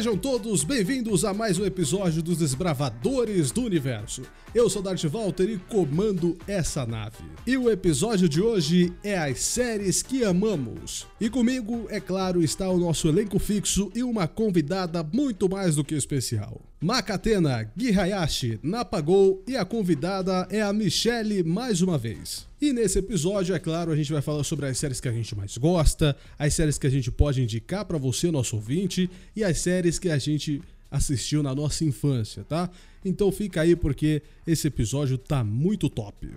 Sejam todos bem-vindos a mais um episódio dos Desbravadores do Universo. Eu sou Darth Walter e comando essa nave. E o episódio de hoje é as séries que amamos. E comigo, é claro, está o nosso elenco fixo e uma convidada muito mais do que especial. Makatena, Gui Hayashi, Napagol e a convidada é a Michelle mais uma vez. E nesse episódio, é claro, a gente vai falar sobre as séries que a gente mais gosta, as séries que a gente pode indicar pra você, nosso ouvinte, e as séries que a gente assistiu na nossa infância, tá? Então fica aí porque esse episódio tá muito top.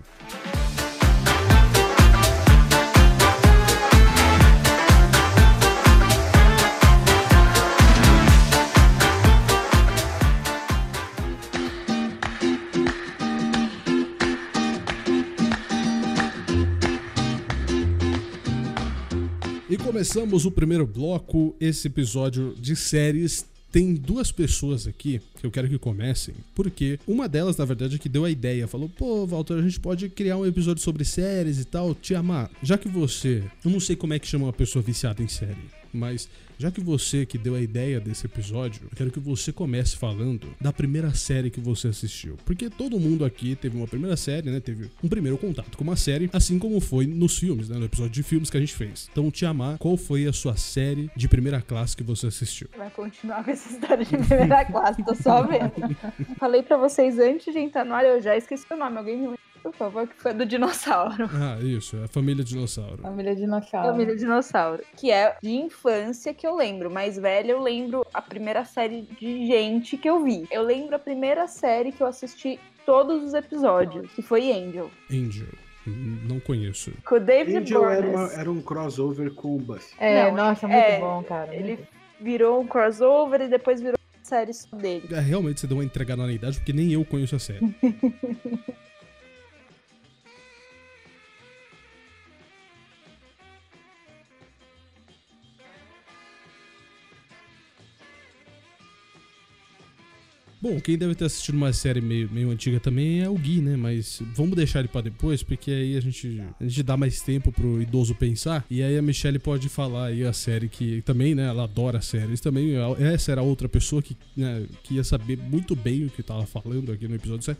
E começamos o primeiro bloco, esse episódio de séries. Tem duas pessoas aqui que eu quero que comecem, porque uma delas, na verdade, é que deu a ideia. Falou, pô, Walter, a gente pode criar um episódio sobre séries e tal. Tiamat, já que você... Eu não sei como é que chama uma pessoa viciada em série, mas já que você que deu a ideia desse episódio, eu quero que você comece falando da primeira série que você assistiu. Porque todo mundo aqui teve uma primeira série, né? Teve um primeiro contato com uma série, assim como foi nos filmes, né? No episódio de filmes que a gente fez. Então, Tiamat, qual foi a sua série de primeira classe que você assistiu? Vai continuar com essa história de primeira classe, tô só vendo. Falei pra vocês antes de entrar no ar, eu já esqueci o nome. Alguém me lembra, por favor, que foi do dinossauro. Ah, isso, é a Família Dinossauro. Família Dinossauro. Que é de infância que eu lembro. Mais velha, eu lembro a primeira série de gente que eu vi. Eu lembro a primeira série que eu assisti todos os episódios, que foi Angel. Angel. Não conheço. Com o David Angel Boreanaz. era um crossover com o Buffy. Não, nossa, muito bom, cara. Ele virou um crossover e depois virou uma série só dele. Realmente você deu uma entregada na idade, porque nem eu conheço a série. Bom, quem deve ter assistido uma série meio antiga também é o Gui, né? Mas vamos deixar ele pra depois, porque aí a gente dá mais tempo pro idoso pensar. E aí a Michelle pode falar aí a série que também, né? Ela adora séries. Também essa era outra pessoa que, né, que ia saber muito bem o que tava falando aqui no episódio de série.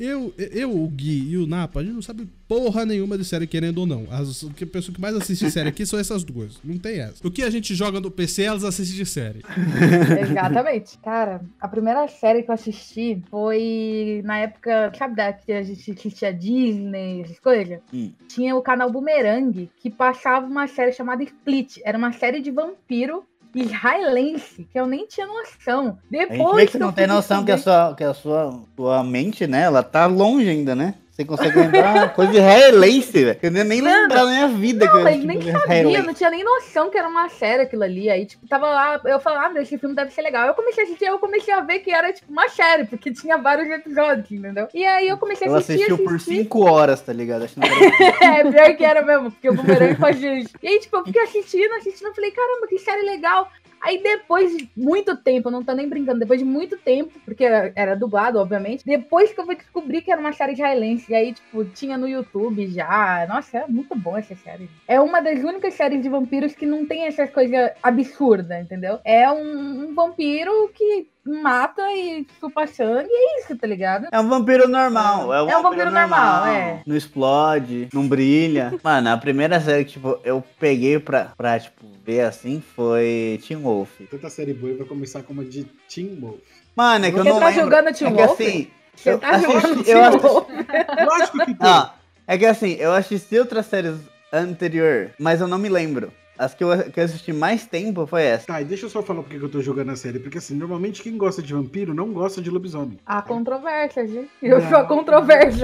Eu, o Gui e o Napa, a gente não sabe porra nenhuma de série, querendo ou não. A pessoa que mais assiste série aqui são essas duas. Não tem essa. O que a gente joga no PC, elas assistem de série. Exatamente. Cara, a primeira série que eu assisti foi na época, sabe, que a gente assistia Disney, essas coisas? Tinha o canal Boomerang, que passava uma série chamada Split. Era uma série de vampiro israelense, que eu nem tinha noção. Depois a gente vê que você não tem noção que a sua mente, né, ela tá longe ainda, né? Você consegue lembrar coisa de israelense, velho. Eu nem lembrar na minha vida. Não, que eu nem sabia, não tinha nem noção que era uma série aquilo ali. Aí, tipo, tava lá, eu falava, esse filme deve ser legal. Eu comecei a assistir, eu comecei a ver que era, tipo, uma série, porque tinha vários episódios, entendeu? E aí eu comecei a assistir. Eu assistiu por 5 horas, tá ligado? Acho que não era... pior que era mesmo, porque o Boomerang fazia isso. E aí, tipo, eu fiquei assistindo, eu falei, caramba, que série legal. Aí depois de muito tempo, eu não tô nem brincando, depois de muito tempo, porque era dublado, obviamente, depois que eu fui descobrir que era uma série israelense, e aí, tipo, tinha no YouTube já, nossa, é muito bom essa série. É uma das únicas séries de vampiros que não tem essas coisas absurdas, entendeu? É um vampiro que mata e chupa sangue, e é isso, tá ligado? É um vampiro normal. É um vampiro normal, é. Não explode, não brilha. Mano, a primeira série que, tipo, eu peguei pra tipo, ver assim foi Teen Wolf. Tanta série boa vai começar com uma de Teen Wolf. Mano, é que eu não lembro. Você tá jogando Teen Wolf? Assim, você tá jogando Teen Wolf? Lógico que tem. Não, é que assim, eu assisti outras séries anterior, mas eu não me lembro. As que eu assisti mais tempo foi essa. Tá, e deixa eu só falar porque eu tô jogando a série. Porque assim, normalmente quem gosta de vampiro não gosta de lobisomem. Há controvérsia, gente. Eu sou a controvérsia.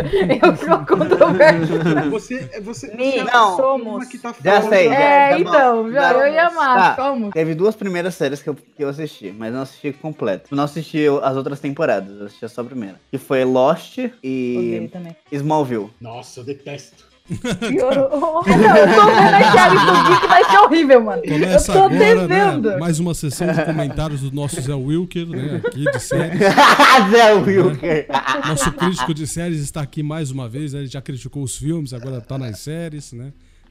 Você não, somos. Que tá já sei. Então, eu ia amar. Somos. Teve duas primeiras séries que eu assisti, mas não assisti completo. Não assisti as outras temporadas, eu assisti só a primeira. Que foi Lost e Smallville. Nossa, eu detesto. Piorou. Não, eu tô vendo a série do Geek, vai ser horrível, mano. Começa eu tô agora, devendo. né, mais uma sessão de comentários do nosso Zé Wilker, né, aqui de séries. Zé Wilker. Nosso crítico de séries está aqui mais uma vez, né, ele já criticou os filmes, agora tá nas séries, né.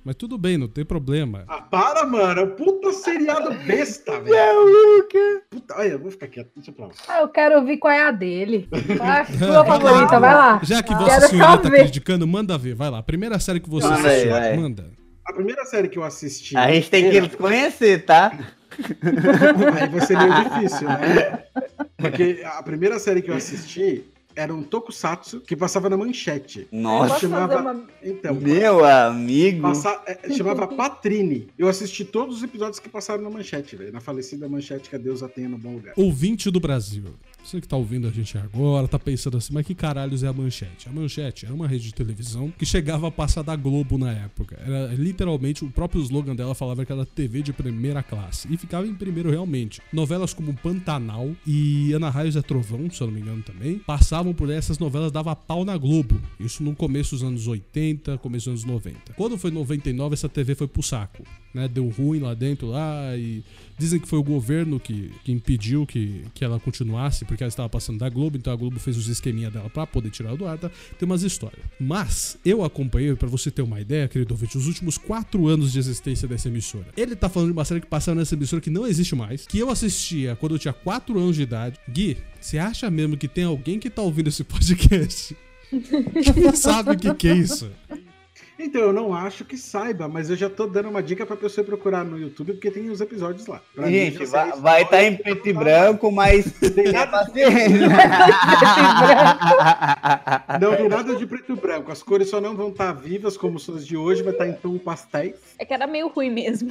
Mas tudo bem, não tem problema. Ah, para, mano. Puta seriado besta, velho. Puta, olha, eu vou ficar quieto. Deixa pra lá. Ah, eu quero ouvir qual é a dele. Ah, sua favorita, vai lá. Já que Quero Vossa Senhoria tá saber. criticando, manda ver. Vai lá. A primeira série que você Vai, assistiu, vai. manda. A primeira série que eu assisti... A gente tem que conhecer, tá? Aí vai ser meio difícil, né? Porque a primeira série que eu assisti era um tokusatsu que passava na Manchete. Nossa, Posso chamava... fazer uma... Então, meu amigo. chamava Patrine. Eu assisti todos os episódios que passaram na Manchete, velho. Na falecida Manchete, que a Deus a tenha no bom lugar. Ouvinte do Brasil. Você que tá ouvindo a gente agora, tá pensando assim, mas que caralhos é a Manchete? A Manchete era uma rede de televisão que chegava a passar da Globo na época. Era literalmente, o próprio slogan dela falava que era TV de primeira classe. E ficava em primeiro realmente. Novelas como Pantanal e Ana Raios é Trovão, se eu não me engano também, passavam por essas novelas, dava pau na Globo. Isso no começo dos anos 80, começo dos anos 90. Quando foi 99, essa TV foi pro saco. Né, deu ruim lá dentro, e dizem que foi o governo que impediu que ela continuasse, porque ela estava passando da Globo, então a Globo fez os esqueminha dela pra poder tirar do ar, tá? Tem umas histórias. Mas eu acompanhei, pra você ter uma ideia, querido ouvinte, os últimos 4 anos de existência dessa emissora. Ele tá falando de uma série que passava nessa emissora que não existe mais, que eu assistia quando eu tinha 4 anos de idade. Gui, você acha mesmo que tem alguém que tá ouvindo esse podcast que não sabe o que é isso? Então, eu não acho que saiba, mas eu já tô dando uma dica pra pessoa procurar no YouTube, porque tem os episódios lá. Pra Gente, mim, já vai estar em preto e branco, mas Tem tenha nada, paciência. não tem nada de preto e branco. As cores só não vão estar vivas como são as de hoje, vai estar em tom pastéis. É que era meio ruim mesmo.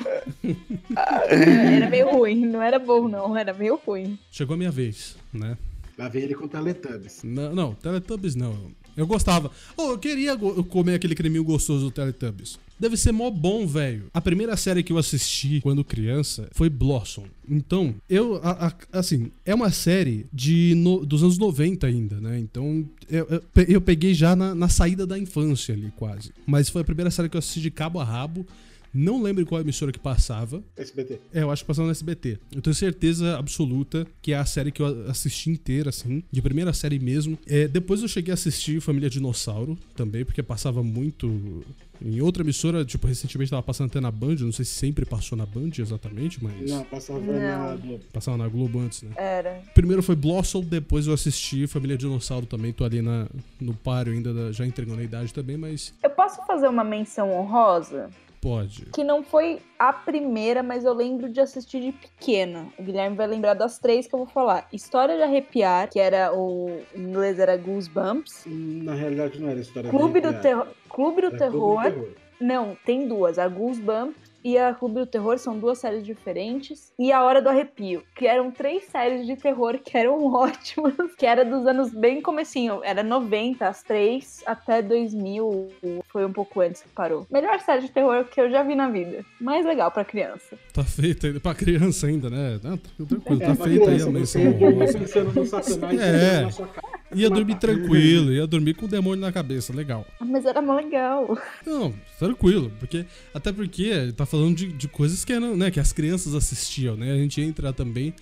Era meio ruim. Não era bom, não. Era meio ruim. Chegou a minha vez, né? Lá vem ele com Teletubbies. Não, Teletubbies não. Eu gostava. Eu queria comer aquele creminho gostoso do Teletubbies. Deve ser mó bom, velho. A primeira série que eu assisti quando criança foi Blossom. Então, assim, é uma série dos anos 90 ainda, né? Então, eu peguei já na saída da infância ali, quase. Mas foi a primeira série que eu assisti de cabo a rabo. Não lembro qual emissora que passava. SBT. Eu acho que passava no SBT. Eu tenho certeza absoluta que é a série que eu assisti inteira, assim, de primeira série mesmo. Depois eu cheguei a assistir Família Dinossauro também, porque passava muito em outra emissora, tipo, recentemente tava passando até na Band, não sei se sempre passou na Band exatamente, mas... Não, passava na Globo. Passava na Globo antes, né? Era. Primeiro foi Blossom, depois eu assisti Família Dinossauro também, tô ali no páreo ainda, já entregando a idade também, mas... Eu posso fazer uma menção honrosa? Pode. Que não foi a primeira, mas eu lembro de assistir de pequena. O Guilherme vai lembrar das 3 que eu vou falar. História de Arrepiar, que era em inglês era Goosebumps. Na realidade não era História Clube de do Terror. Clube do Terror. Não, tem 2. A Goosebumps e a Clube do Terror são 2 séries diferentes. E A Hora do Arrepio, que eram 3 séries de terror que eram ótimas. Que era dos anos bem comecinho. Era 90, as 3, até 2000. Foi um pouco antes que parou. Melhor série de terror que eu já vi na vida. Mais legal pra criança. Tá feita ainda, pra criança ainda, né? Não, tranquilo, tá pra feita criança, aí a menção você ia honrosa. pensando no Satanás É. na sua cara. Ia dormir tranquilo, ia dormir com o demônio na cabeça, legal. Mas era mó legal. Não, tranquilo, até porque tá falando de coisas que, né, que as crianças assistiam, né? A gente ia entrar também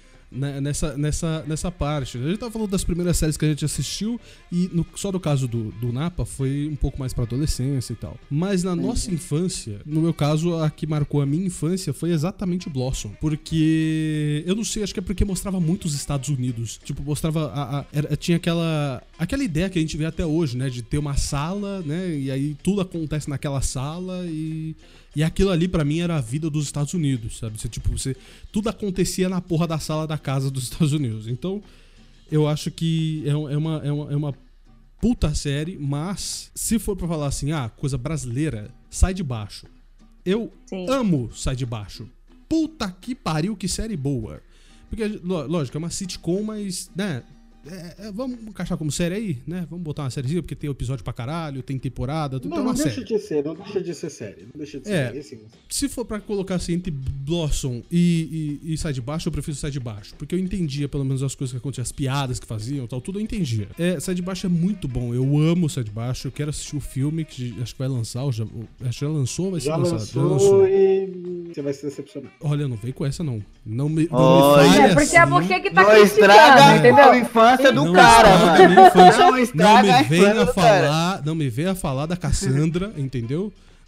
nessa parte. A gente tava falando das primeiras séries que a gente assistiu e só no caso do Napa foi um pouco mais pra adolescência e tal. Mas na nossa infância, no meu caso, a que marcou a minha infância foi exatamente Blossom. Porque, eu não sei, acho que é porque mostrava muito os Estados Unidos. Tipo, mostrava, tinha aquela ideia que a gente vê até hoje, né? De ter uma sala, né? E aí tudo acontece naquela sala e aquilo ali pra mim era a vida dos Estados Unidos, sabe? Tudo acontecia na porra da sala da casa dos Estados Unidos. Então, eu acho que é uma puta série, mas se for pra falar assim, coisa brasileira, Sai de Baixo. Eu amo Sai de Baixo. Puta que pariu, que série boa. Porque, lógico, é uma sitcom, mas, né... vamos encaixar como série aí, né? Vamos botar uma sériezinha, porque tem episódio pra caralho, tem temporada, tudo. Não deixa de ser, não deixa de ser série. Não deixa de ser série, assim. Se for pra colocar assim entre Blossom e Sai de Baixo, eu prefiro Sai de Baixo. Porque eu entendia pelo menos as coisas que aconteciam, as piadas que faziam e tal, tudo eu entendia. Sai de Baixo é muito bom, eu amo Sai de Baixo, eu quero assistir o filme, que acho que vai lançar, acho que já lançou ou vai ser lançado? Já lançou e você vai se decepcionar. Olha, não vem com essa não. Não me fale porque é você que tá não criticando, estraga entendeu? a infância do Não cara, estraga mano. a infância. Não estraga a infância do cara. Não me venha falar da Cassandra, entendeu?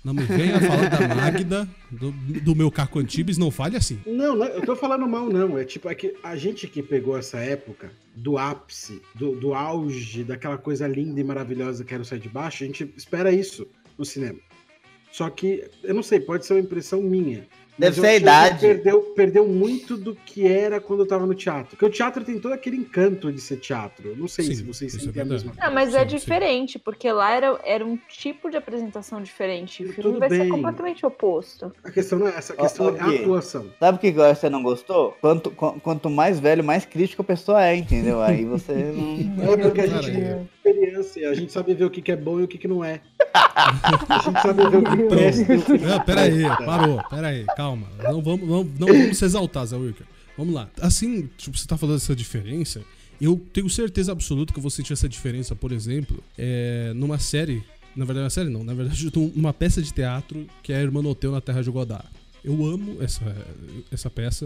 Não me venha falar da Magda, do meu Caco Antibes, não fale assim. Não, eu tô falando mal, não. É tipo, é que a gente que pegou essa época do ápice, do auge, daquela coisa linda e maravilhosa que era o Sai de Baixo, a gente espera isso no cinema. Só que, eu não sei, pode ser uma impressão minha. Deve ser a idade. Perdeu muito do que era quando eu tava no teatro. Porque o teatro tem todo aquele encanto de ser teatro. Eu não sei se vocês sentem a mesma coisa. Não, mas é diferente, porque lá era um tipo de apresentação diferente. O filme vai ser completamente oposto. A questão não é essa, a questão é a atuação. Sabe o que você não gostou? Quanto mais velho, mais crítico a pessoa é, entendeu? Aí você não... É porque a gente tem experiência, a gente sabe ver o que é bom e o que não é. A gente sabe ver o que presta. Não, peraí, parou, peraí, calma. Não vamos se exaltar, Zé Wilker. Vamos lá. Assim, tipo, você tá falando dessa diferença, eu tenho certeza absoluta que eu vou sentir essa diferença, por exemplo, numa série, na verdade, uma série não, na verdade, numa peça de teatro que é a Irmã Noteu na Terra de Godard. Eu amo essa peça.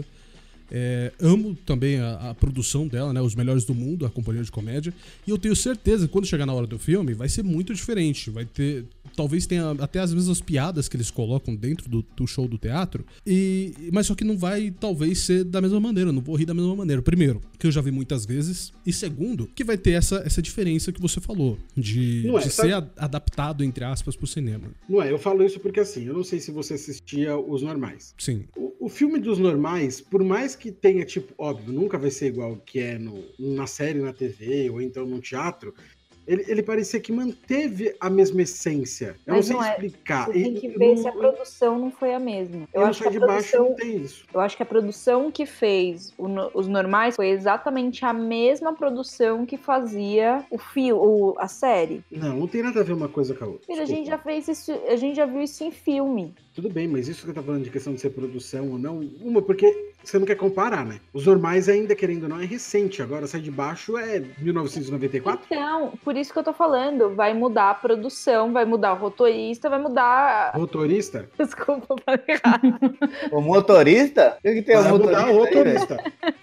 Amo também a produção dela, né? Os Melhores do Mundo, a companhia de comédia. E eu tenho certeza que quando chegar na hora do filme vai ser muito diferente. Vai ter... Talvez tenha até as mesmas piadas que eles colocam dentro do show do teatro. Mas só que não vai, talvez, ser da mesma maneira. Não vou rir da mesma maneira. Primeiro, que eu já vi muitas vezes. E segundo, que vai ter essa diferença que você falou. De ser adaptado, entre aspas, pro cinema. Não é, eu falo isso porque assim, eu não sei se você assistia Os Normais. Sim. O filme dos Normais, por mais que tenha, tipo, óbvio, nunca vai ser igual que é na série, na TV, ou então no teatro, ele parecia que manteve a mesma essência. Eu não sei explicar. Você tem que ver se a produção não foi a mesma. Eu acho que de baixo não tem isso. Eu acho que a produção que fez Os Normais foi exatamente a mesma produção que fazia a série. Não tem nada a ver uma coisa com a outra. A gente já viu isso em filme. Tudo bem, mas isso que eu tô falando de questão de ser produção ou não, porque você não quer comparar, né? Os Normais ainda, querendo ou não, é recente. Agora, Sai de Baixo é 1994? Então, por isso que eu tô falando, vai mudar a produção, vai mudar o roteirista, vai mudar... Roteirista? Desculpa, falei errado. O motorista? O que tem vai mudar o roteirista.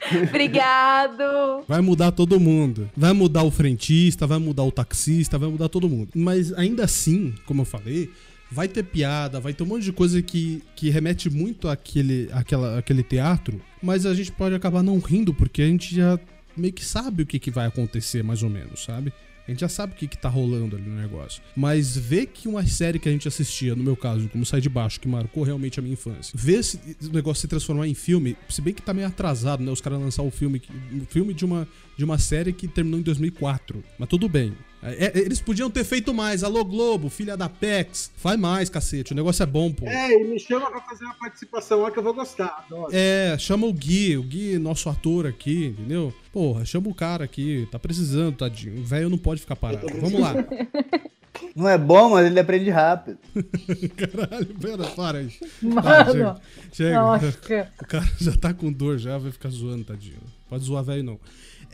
Obrigado. Vai mudar todo mundo. Vai mudar o frentista, vai mudar o taxista, vai mudar todo mundo. Mas ainda assim, como eu falei... Vai ter piada, vai ter um monte de coisa que remete muito àquele teatro, mas a gente pode acabar não rindo, porque a gente já meio que sabe o que vai acontecer, mais ou menos, sabe? A gente já sabe o que tá rolando ali no negócio. Mas ver que uma série que a gente assistia, no meu caso, como Sai de Baixo, que marcou realmente a minha infância, ver esse negócio se transformar em filme, se bem que tá meio atrasado, né? Os caras lançaram um filme de uma série que terminou em 2004. Mas tudo bem. Eles podiam ter feito mais. Alô, Globo, filha da Pex. Faz mais, cacete. O negócio é bom, pô. E me chama pra fazer uma participação lá que eu vou gostar. Adoro. Chama o Gui, nosso ator aqui, entendeu? Porra, chama o cara aqui. Tá precisando, tadinho. O velho não pode ficar parado. Vamos lá. Não é bom, mas ele aprende rápido. Caralho, para aí. Mano, chega. Nossa. O cara já tá com dor, já vai ficar zoando, tadinho. Pode zoar velho, não.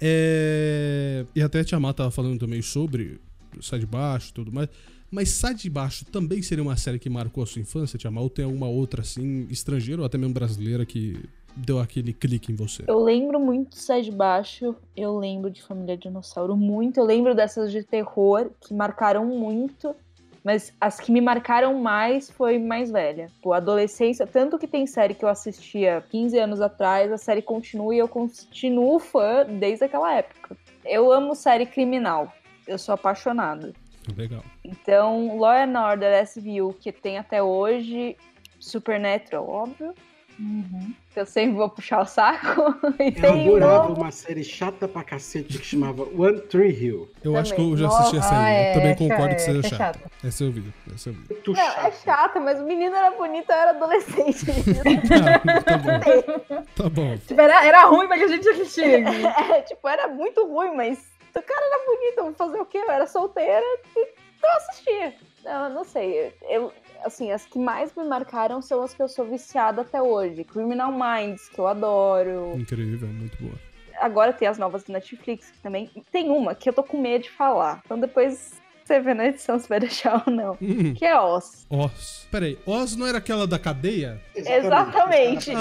E até a Tiamat tava falando também sobre Sai de Baixo e tudo mais. Mas Sai de Baixo também seria uma série que marcou a sua infância, Tiamat? Ou tem alguma outra, assim, estrangeira ou até mesmo brasileira que deu aquele clique em você? Eu lembro muito de Sai de Baixo, eu lembro de Família Dinossauro muito, eu lembro dessas de terror que marcaram muito, mas as que me marcaram mais foi mais velha. Pô, adolescência, tanto que tem série que eu assistia 15 anos atrás, a série continua e eu continuo fã desde aquela época. Eu amo série criminal, eu sou apaixonada. Legal. Então, Law and Order SVU, que tem até hoje, Supernatural, óbvio. Uhum. Eu sempre vou puxar o saco. Eu adorava uma série chata pra cacete que chamava One Tree Hill. Eu acho que eu já assisti essa aí. Eu também concordo que seja chata. chata. Essa eu vi. Não, é chata, mas o menino era bonito, eu era adolescente. Tá bom. Tipo, era ruim, mas a gente assistia. Era muito ruim, mas o cara era bonito, vou fazer o quê? Eu era solteira e eu assistia. Não sei. Assim, as que mais me marcaram são as que eu sou viciada até hoje. Criminal Minds, que eu adoro. Incrível, muito boa. Agora tem as novas do Netflix, que também... Tem uma que eu tô com medo de falar. Então depois você vê na edição se vai deixar ou não. Que é Oz. Oz. Peraí, Oz não era aquela da cadeia? Exatamente.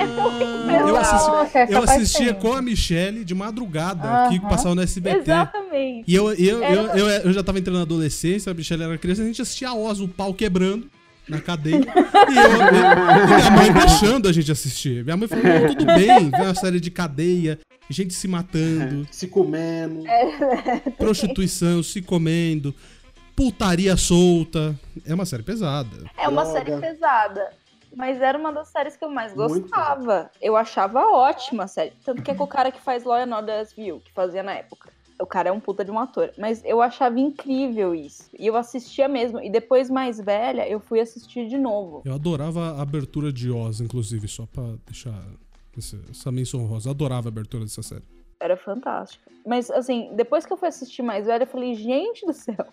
Eu assistia com a Michelle de madrugada, que passava no SBT. Exatamente. E eu já tava entrando na adolescência, a Michelle era criança, a gente assistia a Oz, o pau quebrando. na cadeia. E minha mãe deixando a gente assistir. Minha mãe falou, não, tudo bem, vê uma série de cadeia, gente se matando, se comendo, prostituição, se comendo, putaria solta. É uma série pesada. É uma série pesada. Mas era uma das séries que eu mais gostava. Eu achava ótima a série. Tanto que é com o cara que faz Law and Order SVU, que fazia na época. O cara é um puta de um ator. Mas eu achava incrível isso. E eu assistia mesmo. E depois, mais velha, eu fui assistir de novo. Eu adorava a abertura de Oz, inclusive, só pra deixar essa menção honrosa. Eu adorava a abertura dessa série. Era fantástica. Mas, assim, depois que eu fui assistir mais velha, eu falei, gente do céu.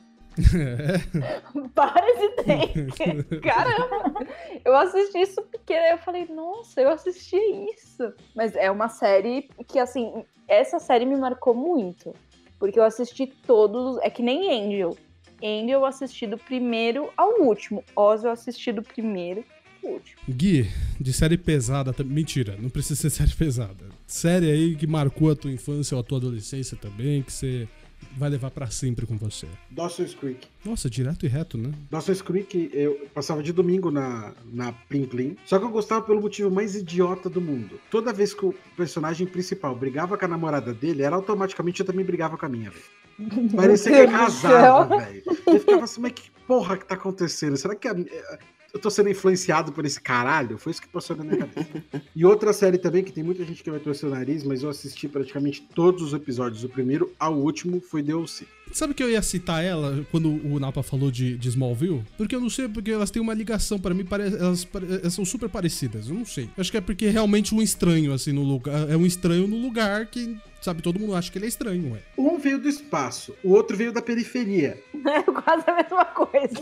Para esse trem. Caramba. Eu assisti isso pequena. Eu falei, nossa, eu assisti isso. Mas é uma série que, assim, essa série me marcou muito. Porque eu assisti todos. É que nem Angel. Angel eu assisti do primeiro ao último. Oz eu assisti do primeiro ao último. Gui, de série pesada. Mentira, não precisa ser série pesada. Série aí que marcou a tua infância ou a tua adolescência também, que você vai levar pra sempre com você. Dawson's Creek. Nossa, direto e reto, né? Dawson's Creek, eu passava de domingo na Plim Plim. Só que eu gostava pelo motivo mais idiota do mundo. Toda vez que o personagem principal brigava com a namorada dele, ela automaticamente eu também brigava com a minha, velho. Parecia que casava, velho. Eu ficava assim, mas que porra que tá acontecendo? Será que eu tô sendo influenciado por esse caralho? Foi isso que passou na minha cabeça. E outra série também, que tem muita gente que vai torcer o nariz, mas eu assisti praticamente todos os episódios. Do primeiro ao último foi The O.C. Sabe que eu ia citar ela quando o Napa falou de Smallville? Porque eu não sei, porque elas têm uma ligação, pra mim, elas são super parecidas, eu não sei. Acho que é porque é realmente um estranho, assim, no lugar. É um estranho no lugar que, sabe, todo mundo acha que ele é estranho, ué. Um veio do espaço, o outro veio da periferia. É quase a mesma coisa.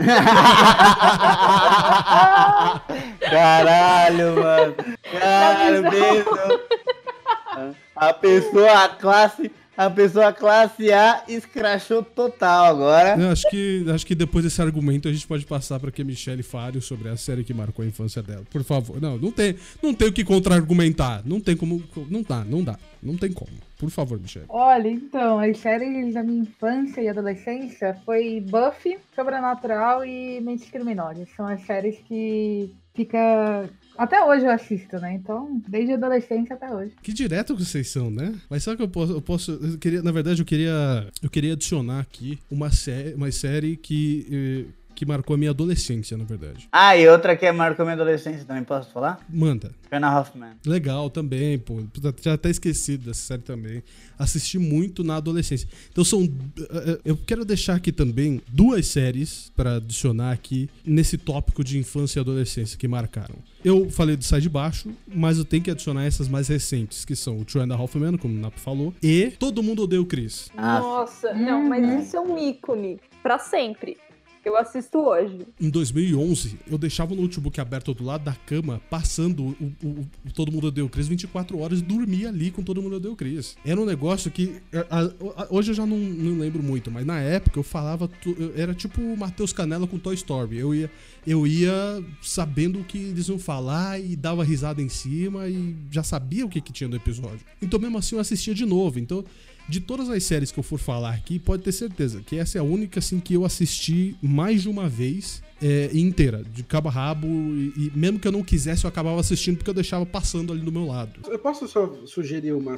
Caralho, mano. Caralho, mesmo. A pessoa classe A escrachou total agora. Eu acho que depois desse argumento a gente pode passar pra que a Michelle fale sobre a série que marcou a infância dela. Por favor. Não tem o que contra-argumentar. Não tem como. Não dá. Não tem como. Por favor, Michelle. Olha, então, as séries da minha infância e adolescência foi Buffy, Sobrenatural e Mentes Criminosas. São as séries que fica... Até hoje eu assisto, né? Então, desde a adolescência até hoje. Que direto que vocês são, né? Mas sabe que eu queria, na verdade, eu queria adicionar aqui uma série que marcou a minha adolescência, na verdade. Ah, e outra que marcou a minha adolescência também, posso falar? Manda. Fiona Hoffman. Legal também, pô. Já até esquecido dessa série também. Assisti muito na adolescência. Então eu quero deixar aqui também 2 séries pra adicionar aqui nesse tópico de infância e adolescência que marcaram. Eu falei do Sai de Baixo, mas eu tenho que adicionar essas mais recentes, que são o Two and a Half Men, como o Napo falou, e Todo Mundo Odeia o Chris. Nossa, não, mas isso é um ícone. Pra sempre. Eu assisto hoje. Em 2011, eu deixava o notebook aberto do lado da cama, passando o Todo Mundo Odeia o Chris 24 horas e dormia ali com Todo Mundo Odeia o Chris. Era um negócio que... hoje eu já não lembro muito, mas na época eu falava... Era tipo o Matheus Canella com Toy Story. Eu ia sabendo o que eles iam falar e dava risada em cima e já sabia o que tinha no episódio. Então mesmo assim eu assistia de novo. Então... De todas as séries que eu for falar aqui, pode ter certeza que essa é a única assim, que eu assisti mais de uma vez inteira, de cabo a rabo, e mesmo que eu não quisesse, eu acabava assistindo porque eu deixava passando ali do meu lado. Eu posso só sugerir uma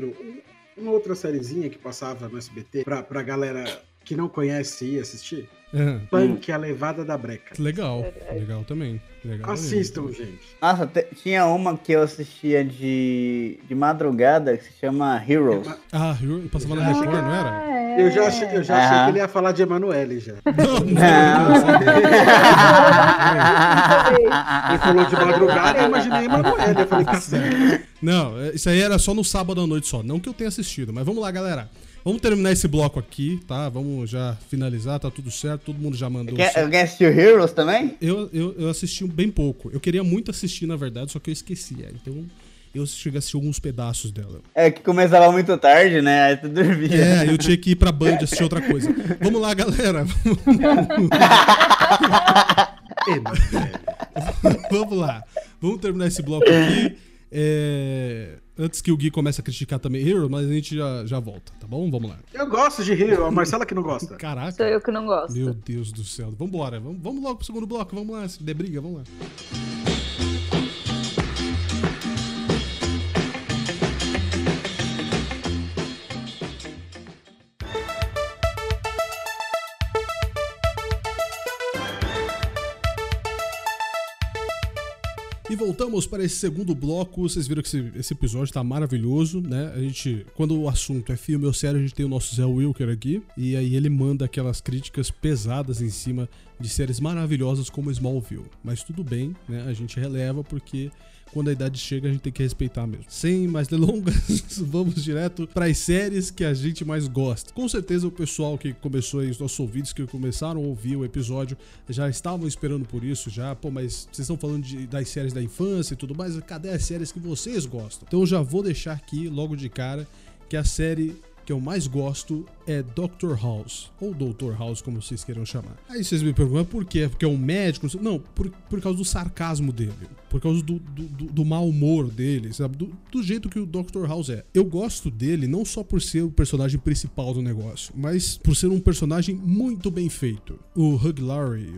outra sériezinha que passava no SBT pra galera que não conhece ir assistir? Punk, a Levada da Breca. Legal também. Legal Assistam, mesmo. gente. Nossa, tinha uma que eu assistia de madrugada que se chama Heroes. Heroes, passava na Record, não era? Eu já achei que ele ia falar de Emanuele já. Ele falou de madrugada, eu imaginei Emanuele. Eu falei, cacete. Não, isso aí era só no sábado à noite só. Não que eu tenha assistido, mas vamos lá, galera. Vamos terminar esse bloco aqui, tá? Vamos já finalizar, tá tudo certo, todo mundo já mandou. Alguém assistiu Heroes também? Eu assisti bem pouco. Eu queria muito assistir, na verdade, só que eu esquecia. Então, eu cheguei a assistir alguns pedaços dela. É que começava muito tarde, né? Aí tu dormia. Eu tinha que ir pra Band assistir outra coisa. Vamos lá, galera. Vamos lá. Vamos terminar esse bloco aqui. Antes que o Gui comece a criticar também Hero, mas a gente já volta, tá bom? Vamos lá. Eu gosto de Hero, a Marcela que não gosta. Caraca. Sou eu que não gosto. Meu Deus do céu. Vambora, vamos logo pro segundo bloco, vamos lá, se der briga, vamos lá. E voltamos para esse segundo bloco. Vocês viram que esse episódio tá maravilhoso, né? A gente, quando o assunto é filme ou série, a gente tem o nosso Zé Wilker aqui. E aí ele manda aquelas críticas pesadas em cima de séries maravilhosas como Smallville. Mas tudo bem, né? A gente releva porque quando a idade chega a gente tem que respeitar mesmo. Sem mais delongas, vamos direto para as séries que a gente mais gosta. Com certeza o pessoal que começou aí, os nossos ouvintes que começaram a ouvir o episódio, já estavam esperando por isso, já, pô, mas vocês estão falando das séries da infância e tudo mais, cadê as séries que vocês gostam? Então eu já vou deixar aqui, logo de cara, que a série que eu mais gosto é Dr. House, ou Dr. House, como vocês queiram chamar. Aí vocês me perguntam por quê? Porque é um médico? Não, por causa do sarcasmo dele, por causa do mau humor dele, sabe? Do jeito que o Dr. House é. Eu gosto dele não só por ser o personagem principal do negócio, mas por ser um personagem muito bem feito. O Hugh Laurie,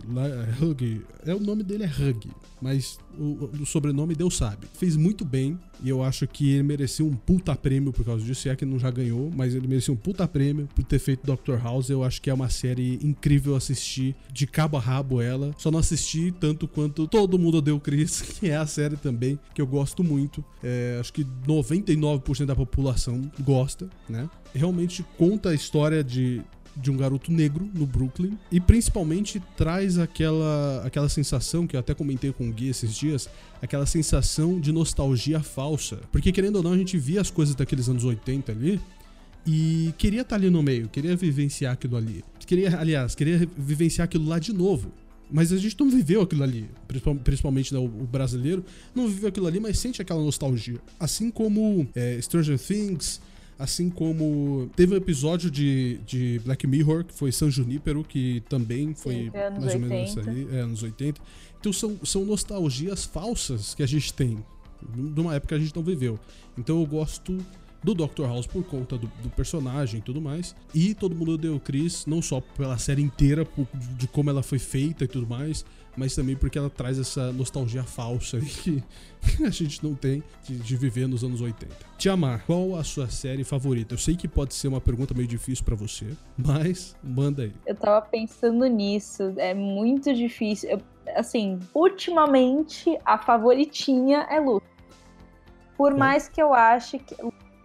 o nome dele é Hugh, mas o sobrenome Deus sabe. Fez muito bem e eu acho que ele mereceu um puta prêmio por causa disso, se é que não já ganhou, mas ele mereceu um puta prêmio por ter feito Dr. House. Eu acho que é uma série incrível assistir de cabo a rabo ela. Só não assisti tanto quanto Todo Mundo Odeia o Chris, que é a série também que eu gosto muito. Acho que 99% da população gosta, né? Realmente conta a história de um garoto negro no Brooklyn e principalmente traz aquela sensação que eu até comentei com o Gui esses dias, aquela sensação de nostalgia falsa, porque querendo ou não a gente via as coisas daqueles anos 80 ali e queria estar ali no meio, queria vivenciar aquilo ali, queria vivenciar aquilo lá de novo. Mas a gente não viveu aquilo ali, principalmente o brasileiro não viveu aquilo ali, mas sente aquela nostalgia, assim como Stranger Things. Assim como teve um episódio de Black Mirror, que foi San Junípero, que também foi mais ou menos isso aí, anos 80. Então são nostalgias falsas que a gente tem, de uma época que a gente não viveu. Então eu gosto do Dr. House por conta do personagem e tudo mais. E Todo Mundo Odeia o Chris, não só pela série inteira, de como ela foi feita e tudo mais, mas também porque ela traz essa nostalgia falsa aí que a gente não tem de viver nos anos 80. Tiamar, qual a sua série favorita? Eu sei que pode ser uma pergunta meio difícil pra você, mas manda aí. Eu tava pensando nisso, é muito difícil. Assim, ultimamente a favoritinha é Lu. Por mais que eu ache que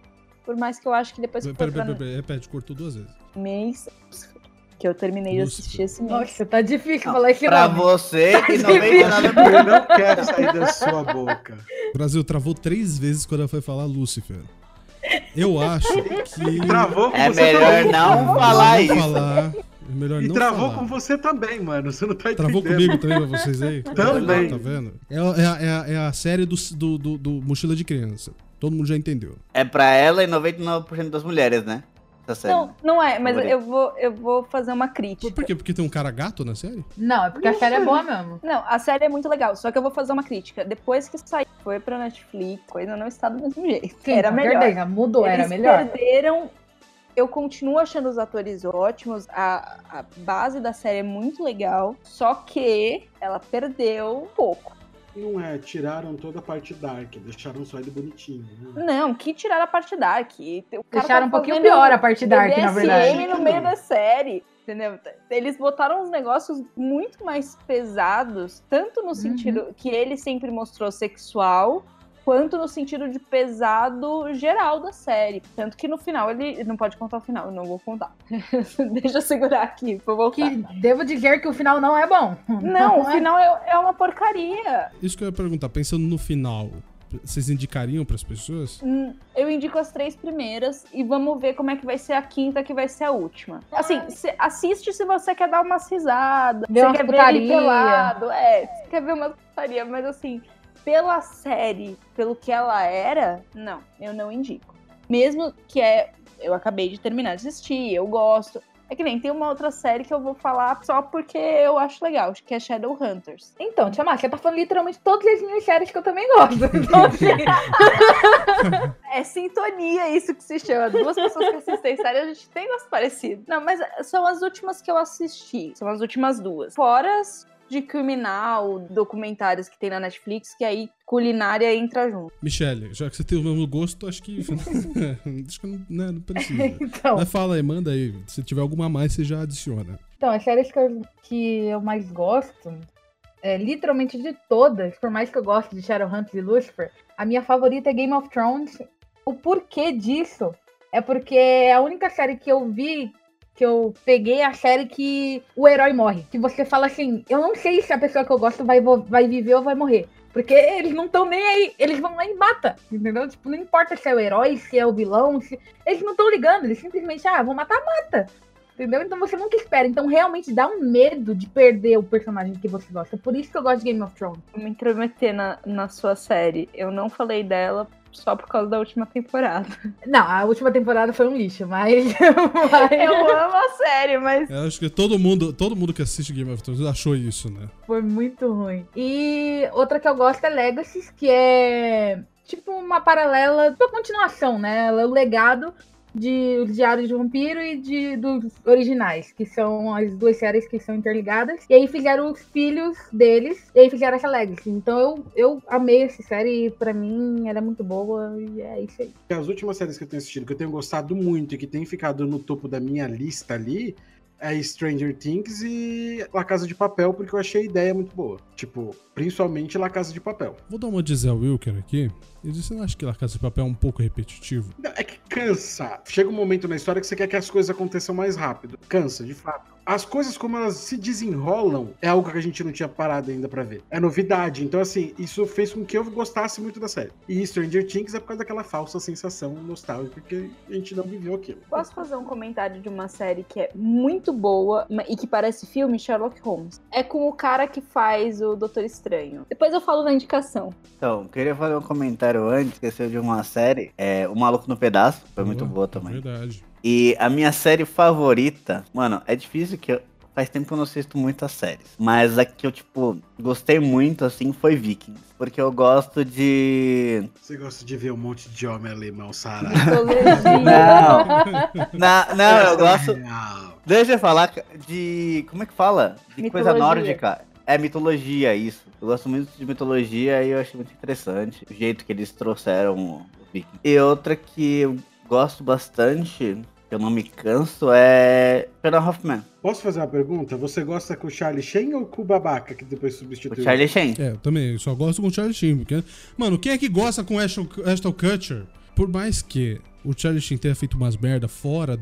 depois que Peraí, repete, cortou 2 vezes. Que eu terminei de assistir esse mês. Nossa, tá difícil falar esse pra nome. você que não difícil. veio nada Eu não quero sair da sua boca. O Brasil travou 3 vezes quando ela foi falar Lucifer. Eu acho que... Travou com É você melhor também. não falar isso. É melhor E não travou falar. com você também, mano. Você não tá entendendo. Travou comigo também pra vocês aí? Também. Tá vendo? É a série do Mochila de Criança. Todo mundo já entendeu. É pra ela e 99% das mulheres, né? Essa série. Não é, mas Favorito. eu vou fazer uma crítica. Por quê? Porque tem um cara gato na série? Não, é porque a série é boa mesmo. Não, a série é muito legal, só que eu vou fazer uma crítica. Depois que saiu, foi pra Netflix, a coisa não está do mesmo jeito. Sim, Era com melhor. certeza, mudou, era Eles melhor. perderam. Eu continuo achando os atores ótimos, a base da série é muito legal, só que ela perdeu um pouco. Não é, tiraram toda a parte dark, deixaram só ele bonitinho, né? Não, que tiraram a parte dark. O cara Deixaram tá um pouquinho fazendo pior a parte dark, na BDSM verdade. no meio da série, entendeu? Eles botaram uns negócios muito mais pesados, tanto no sentido que ele sempre mostrou sexual, quanto no sentido de pesado geral da série. Tanto que no final ele não pode contar o final, eu não vou contar. Deixa eu segurar aqui, vou voltar. Que devo dizer que o final não é bom. Não, o final é uma porcaria. Isso que eu ia perguntar, pensando no final, vocês indicariam pras pessoas? Eu indico as 3 primeiras e vamos ver como é que vai ser a quinta, que vai ser a última. Assim, assiste se você quer dar uma risada, Ver você umas quer putaria. ver ele pelado, você quer ver uma putaria, mas assim, pela série, pelo que ela era, não, eu não indico. Mesmo que eu acabei de terminar de assistir, eu gosto, É que nem tem uma outra série que eu vou falar só porque eu acho legal, que é Shadowhunters. Então, Tiamat, você tá falando literalmente todas as minhas séries que eu também gosto. Então, assim, É sintonia isso que se chama. Duas pessoas que assistem série, a gente tem gosto parecido. Não, mas são as últimas que eu assisti. São as últimas duas. Fora as de criminal, documentários que tem na Netflix, que aí culinária entra junto. Michele, já que você tem o mesmo gosto, acho que não precisa. então, Mas fala aí, manda aí. Se tiver alguma a mais, você já adiciona. então, as séries que eu mais gosto, literalmente de todas, por mais que eu goste de Shadowhunters e Lucifer, a minha favorita é Game of Thrones. O porquê disso é porque é a única série que eu vi, que eu peguei a série que o herói morre. Que você fala assim, eu não sei se a pessoa que eu gosto vai viver ou vai morrer. Porque eles não estão nem aí, eles vão lá e matam, entendeu? Tipo, não importa se é o herói, se é o vilão, eles não estão ligando, eles simplesmente, vão matar, mata. Entendeu? Então você nunca espera. Então realmente dá um medo de perder o personagem que você gosta. Por isso que eu gosto de Game of Thrones. Vou me intrometer na sua série. Eu não falei dela só por causa da última temporada. Não, a última temporada foi um lixo, mas... Eu amo a série, mas... Eu acho que todo mundo que assiste Game of Thrones achou isso, né? Foi muito ruim. E outra que eu gosto é Legacy, que é tipo uma paralela, uma continuação, né? Ela é o legado de Diário de Vampiro e dos originais, que são as duas séries que são interligadas. E aí fizeram os filhos deles, e aí fizeram essa Legacy. Então eu amei essa série, pra mim era muito boa, e é isso aí. As últimas séries que eu tenho assistido, que eu tenho gostado muito e que tem ficado no topo da minha lista ali, é Stranger Things e La Casa de Papel, porque eu achei a ideia muito boa. Tipo, principalmente La Casa de Papel. Vou dar uma de Zé Wilker aqui. E você não acha que La Casa de Papel é um pouco repetitivo? Não, é que cansa. Chega um momento na história que você quer que as coisas aconteçam mais rápido. Cansa, de fato. As coisas como elas se desenrolam é algo que a gente não tinha parado ainda pra ver. É novidade. Então, assim, isso fez com que eu gostasse muito da série. E Stranger Things é por causa daquela falsa sensação nostálgica que a gente não viveu aquilo. Posso fazer um comentário de uma série que é muito boa e que parece filme? Sherlock Holmes. É com o cara que faz o Doutor Estranho. Depois eu falo na indicação. Então, queria fazer um comentário antes, esqueceu de uma série, O Maluco no Pedaço, foi muito boa também. Verdade. E a minha série favorita, mano, é difícil que faz tempo que eu não assisto muitas séries, mas a que eu, tipo, gostei muito, assim, foi Vikings, porque eu gosto de... Você gosta de ver um monte de homem alemão sarado? Não, eu gosto... Não. Deixa eu falar de... Como é que fala? De coisa Mitologia. nórdica. É mitologia, isso. Eu gosto muito de mitologia e eu achei muito interessante o jeito que eles trouxeram o Vikings. E outra que eu gosto bastante, que eu não me canso, é Penn Hoffman. Posso fazer uma pergunta? Você gosta com o Charlie Sheen ou com o Babaca, que depois substituiu? O Charlie Sheen. Eu também. Eu só gosto com o Charlie Sheen. Porque... Mano, quem é que gosta com Ashton Kutcher? Por mais que o Charlie Sheen tenha feito umas merda fora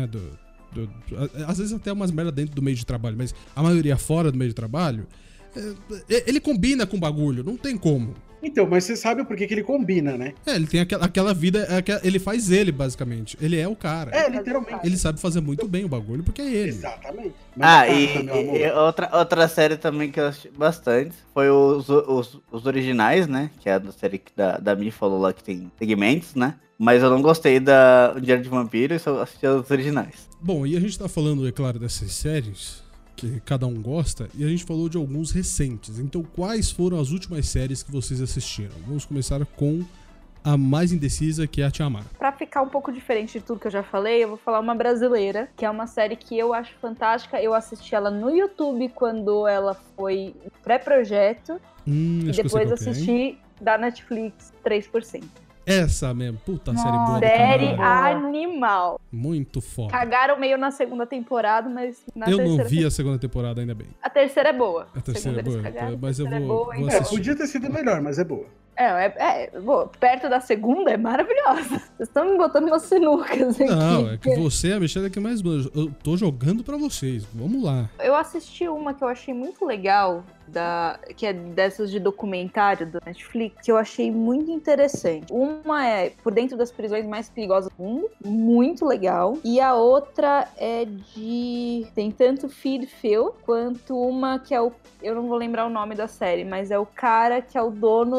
às vezes até umas merda dentro do meio de trabalho, mas a maioria fora do meio de trabalho, ele combina com o bagulho, não tem como. Então, mas você sabe por que ele combina, né? Ele tem aquela vida, ele faz ele, basicamente. Ele é o cara. Literalmente. Ele sabe fazer muito bem o bagulho, porque é ele. Exatamente. Mas meu amor. E outra série também que eu assisti bastante foi os originais, né? Que é a da série que da Mi falou lá que tem segmentos, né? Mas eu não gostei da Diário de Vampiro e só assisti os originais. Bom, e a gente tá falando, é claro, dessas séries que cada um gosta, e a gente falou de alguns recentes. Então, quais foram as últimas séries que vocês assistiram? Vamos começar com a mais indecisa, que é a Tiamat. Pra ficar um pouco diferente de tudo que eu já falei, eu vou falar uma brasileira, que é uma série que eu acho fantástica. Eu assisti ela no YouTube quando ela foi pré-projeto, e depois assisti da Netflix 3%. Essa mesmo, puta série boa. Série animal. Muito foda. Cagaram meio na segunda temporada, mas na eu terceira... não vi a segunda temporada, ainda bem. A terceira é boa. A terceira é boa, mas eu vou então. assistir. Podia ter sido melhor, mas é boa. Boa. Perto da segunda é maravilhosa. Vocês estão me botando umas sinucas aqui. Não, é que você é a Michelle que mais... Eu tô jogando pra vocês, vamos lá. Eu assisti uma que eu achei muito legal, que é dessas de documentário do Netflix, que eu achei muito interessante. Uma é Por Dentro das Prisões Mais Perigosas do Mundo, muito legal. E a outra é tem tanto Feed Phil, quanto uma que é eu não vou lembrar o nome da série, mas é o cara que é o dono do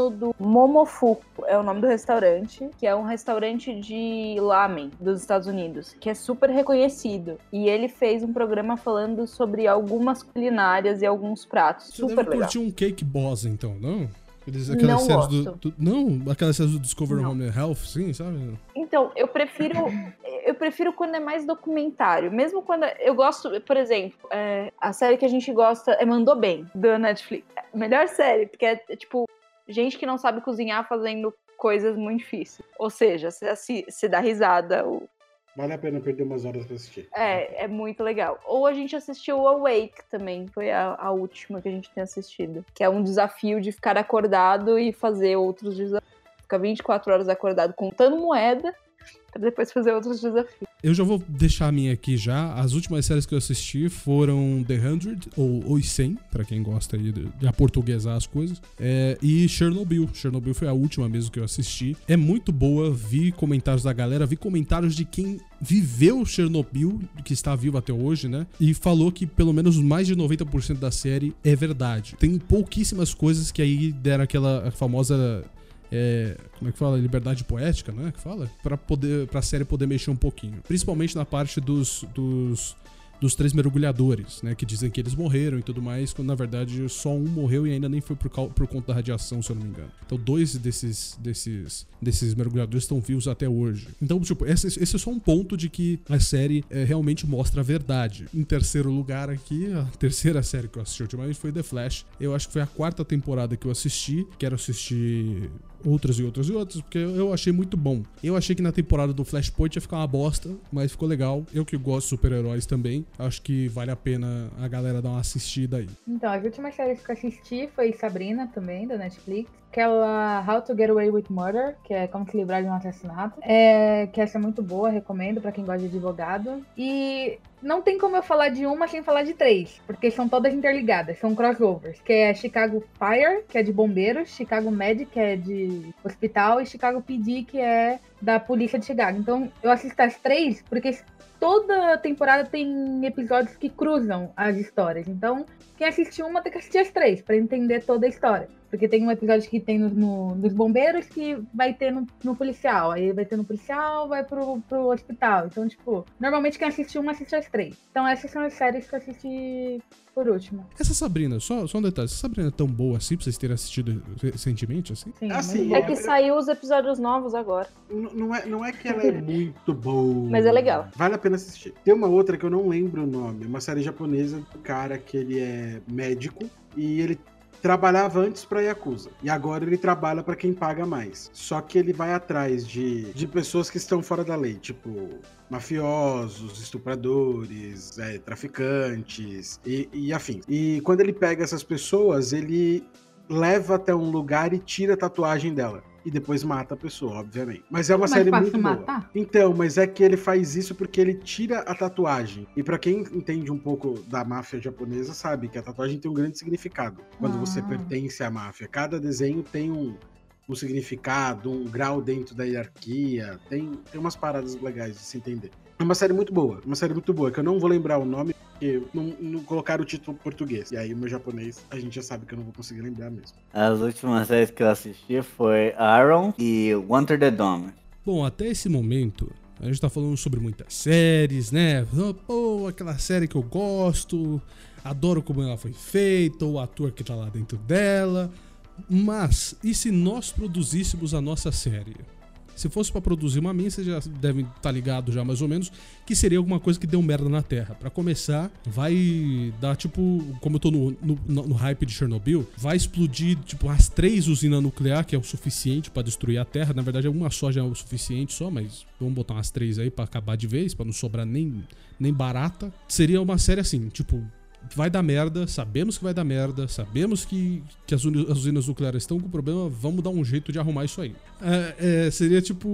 Momofuku é o nome do restaurante, que é um restaurante de lamen dos Estados Unidos, que é super reconhecido. E ele fez um programa falando sobre algumas culinárias e alguns pratos. Você Super deve legal. curtir um Cake Boss, então, não? Não séries gosto. não, aquelas séries do Discovery Não. Home and Health, sim, sabe? Então, eu prefiro quando é mais documentário. Mesmo quando eu gosto, por exemplo, a série que a gente gosta é Mandou Bem, da Netflix. Melhor série, porque é tipo gente que não sabe cozinhar fazendo coisas muito difíceis. Ou seja, você dá risada. Vale a pena perder umas horas pra assistir. É muito legal. Ou a gente assistiu Awake também, foi a última que a gente tem assistido. Que é um desafio de ficar acordado e fazer outros desafios. Ficar 24 horas acordado contando moeda, pra depois fazer outros desafios. Eu já vou deixar a minha aqui já. As últimas séries que eu assisti foram The 100, ou Os 100, pra quem gosta aí de aportuguesar as coisas. E Chernobyl. Chernobyl foi a última mesmo que eu assisti. É muito boa, vi comentários da galera, vi comentários de quem viveu Chernobyl, que está vivo até hoje, né? E falou que pelo menos mais de 90% da série é verdade. Tem pouquíssimas coisas que aí deram aquela famosa... como é que fala? Liberdade poética, né? Que fala? Pra série poder mexer um pouquinho. Principalmente na parte dos 3 mergulhadores, né? Que dizem que eles morreram e tudo mais, quando na verdade só um morreu e ainda nem foi por conta da radiação, se eu não me engano. Então 2 desses mergulhadores estão vivos até hoje. Então, tipo, esse é só um ponto de que a série realmente mostra a verdade. Em terceiro lugar aqui, a terceira série que eu assisti ultimamente foi The Flash. Eu acho que foi a 4ª temporada que eu assisti. Quero assistir outras, porque eu achei muito bom. Eu achei que na temporada do Flashpoint ia ficar uma bosta, mas ficou legal. Eu que gosto de super-heróis também, acho que vale a pena a galera dar uma assistida aí. Então, as últimas séries que eu assisti foi Sabrina também, da Netflix. Aquela How to Get Away with Murder, que é como se livrar de um assassinato. Que essa é muito boa, recomendo pra quem gosta de advogado. E não tem como eu falar de uma sem falar de 3, porque são todas interligadas, são crossovers. Que é Chicago Fire, que é de bombeiros, Chicago Med, que é de hospital, e Chicago PD, que é da polícia de Chicago. Então, eu assisto as 3 porque toda temporada tem episódios que cruzam as histórias. Então, quem assistiu uma tem que assistir as 3 pra entender toda a história. Porque tem um episódio que tem nos bombeiros que vai ter no policial. Aí vai ter no policial, vai pro hospital. Então, tipo, normalmente quem assiste uma assiste as 3. Então essas são as séries que eu assisti por último. Essa Sabrina, só um detalhe, essa Sabrina é tão boa assim pra vocês terem assistido recentemente, assim? Sim, Assim, É que saiu os episódios novos agora. Não é que ela é muito boa. Mas é legal. Vale a pena assistir. Tem uma outra que eu não lembro o nome. Uma série japonesa do cara que ele é médico e ele trabalhava antes pra Yakuza. E agora ele trabalha pra quem paga mais. Só que ele vai atrás de pessoas que estão fora da lei. Tipo, mafiosos, estupradores, traficantes e afins. E quando ele pega essas pessoas, ele leva até um lugar e tira a tatuagem dela. E depois mata a pessoa, obviamente. Mas é uma série muito boa. Então, mas é que ele faz isso porque ele tira a tatuagem. E pra quem entende um pouco da máfia japonesa, sabe que a tatuagem tem um grande significado. Quando você pertence à máfia. Cada desenho tem um significado, um grau dentro da hierarquia. Tem umas paradas legais de se entender. É uma série muito boa. Que eu não vou lembrar o nome, porque não colocaram o título em português. E aí o meu japonês, a gente já sabe que eu não vou conseguir lembrar mesmo. As últimas séries que eu assisti foi Arrow e Under the Dome. Bom, até esse momento, a gente tá falando sobre muitas séries, né? Pô, aquela série que eu gosto, adoro como ela foi feita, o ator que tá lá dentro dela. Mas, e se nós produzíssemos a nossa série? Se fosse pra produzir uma minha, vocês já devem estar ligados já mais ou menos, que seria alguma coisa que deu merda na Terra. Pra começar, vai dar tipo, como eu tô no hype de Chernobyl, vai explodir tipo as 3 usinas nucleares, que é o suficiente pra destruir a Terra. Na verdade, uma só já é o suficiente só, mas vamos botar umas 3 aí pra acabar de vez, pra não sobrar nem barata. Seria uma série assim, tipo, vai dar merda, sabemos que vai dar merda, sabemos que as usinas nucleares estão com problema, vamos dar um jeito de arrumar isso aí. Seria tipo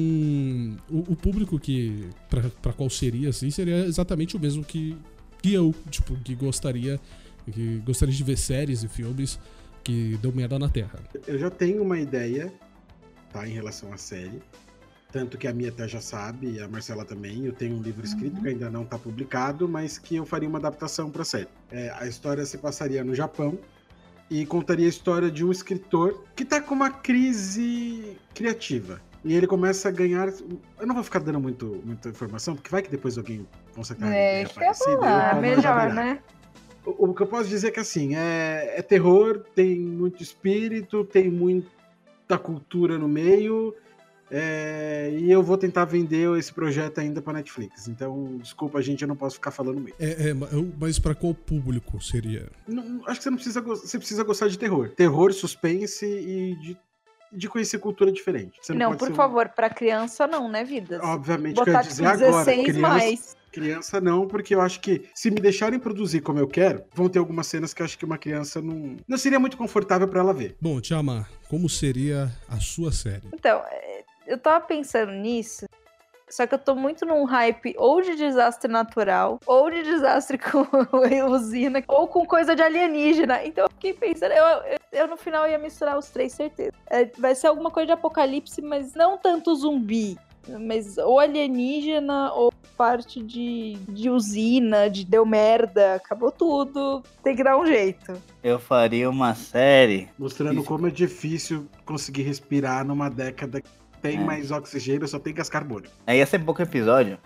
o público que pra qual seria assim, seria exatamente o mesmo que eu, tipo, que gostaria de ver séries e filmes que deu merda na Terra. Eu já tenho uma ideia, tá, em relação à série. Tanto que a minha até já sabe, e a Marcela também. Eu tenho um livro escrito que ainda não está publicado, mas que eu faria uma adaptação para a série. A história se passaria no Japão e contaria a história de um escritor que tá com uma crise criativa. E ele começa a ganhar... Eu não vou ficar dando muita informação, porque vai que depois alguém consegue Isso que eu ia falar, melhor, né? O que eu posso dizer é que, assim, é terror, tem muito espírito, tem muita cultura no meio, e eu vou tentar vender esse projeto ainda pra Netflix. Então, desculpa, gente, eu não posso ficar falando mesmo. Mas pra qual público seria? Não, acho que você precisa gostar de terror. Terror, suspense e de conhecer cultura diferente. Você Não, pode por ser favor, pra criança não, né, Vidas? Obviamente que eu ia Botar dizer tipo agora. 16 mais. Criança não, porque eu acho que se me deixarem produzir como eu quero, vão ter algumas cenas que eu acho que uma criança não seria muito confortável pra ela ver. Bom, Tiama, como seria a sua série? Então, eu tava pensando nisso, só que eu tô muito num hype ou de desastre natural, ou de desastre com usina, ou com coisa de alienígena. Então eu fiquei pensando, eu no final ia misturar os três, certeza. Vai ser alguma coisa de apocalipse, mas não tanto zumbi. Mas ou alienígena, ou parte de usina, de deu merda, acabou tudo, tem que dar um jeito. Eu faria uma série... Mostrando como é difícil conseguir respirar numa década que tem mais oxigênio, só tem gás carbônico. Aí ia ser pouco episódio.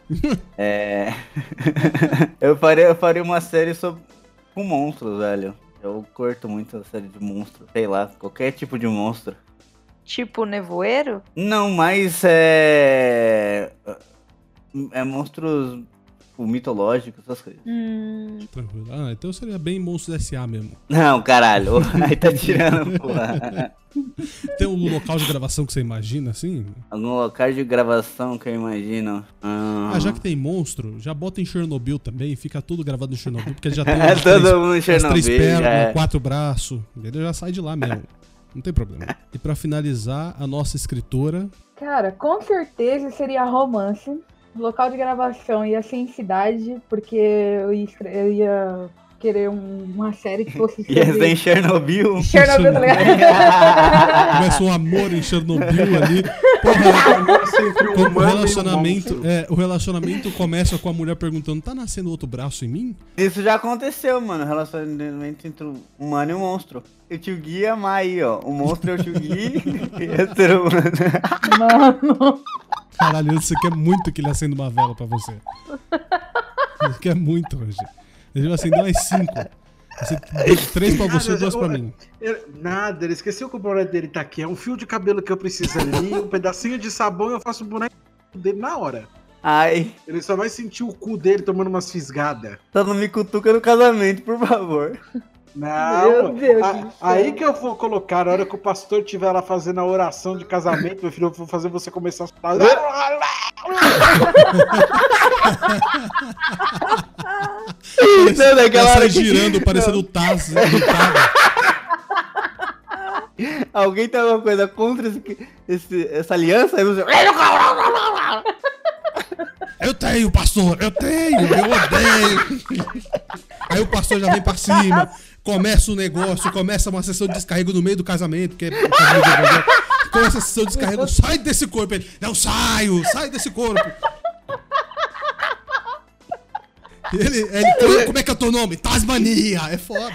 Eu faria uma série com monstros, velho. Eu curto muito a série de monstros. Sei lá, qualquer tipo de monstro. Tipo nevoeiro? Não, mas é monstros mitológicos, essas coisas. Tranquilo. Ah, então seria bem Monstros S.A. mesmo. Não, caralho. Aí tá tirando, porra. Tem um local de gravação que você imagina, assim? Algum local de gravação que eu imagino. Já que tem monstro, já bota em Chernobyl também, fica tudo gravado em Chernobyl, porque ele já tem todo mundo em Chernobyl, as 3 pernas, já 4 braços, ele já sai de lá mesmo. Não tem problema. E pra finalizar, a nossa escritora... Cara, com certeza seria romance. O local de gravação ia ser em cidade, porque eu ia querer uma série que fosse... Ia ser em Chernobyl. Chernobyl, tá ligado? Começa um amor em Chernobyl ali. Porra, o relacionamento começa com a mulher perguntando, tá nascendo outro braço em mim? Isso já aconteceu, mano. Relacionamento entre um humano e um monstro. O tio Gui ia amar aí, ó. O monstro é o tio Gui e o ser humano. Mano. Caralho, você quer muito que ele acenda uma vela pra você. Você quer muito, hoje. Ele vai acender mais 5. 3 pra você e 2 pra mim. Nada, ele esqueceu que o boneco dele tá aqui. É um fio de cabelo que eu preciso ali, um pedacinho de sabão e eu faço o boneco dele na hora. Ai. Ele só vai sentir o cu dele tomando umas fisgadas. Só não me cutuca no casamento, por favor. Não, meu Deus aí que eu vou colocar, na hora que o pastor estiver lá fazendo a oração de casamento, meu filho, eu vou fazer você começar a falar. Não, naquela hora girando, parecendo o Taz. Alguém tem alguma coisa contra essa aliança? Aí você... Eu tenho, pastor, eu odeio. Aí o pastor já vem pra cima, começa o negócio, começa uma sessão de descarrego no meio do casamento, que começa a sessão de descarrego, sai desse corpo. Ele, não saio, sai desse corpo. Ele, como é que é o teu nome? Tasmania, é foda.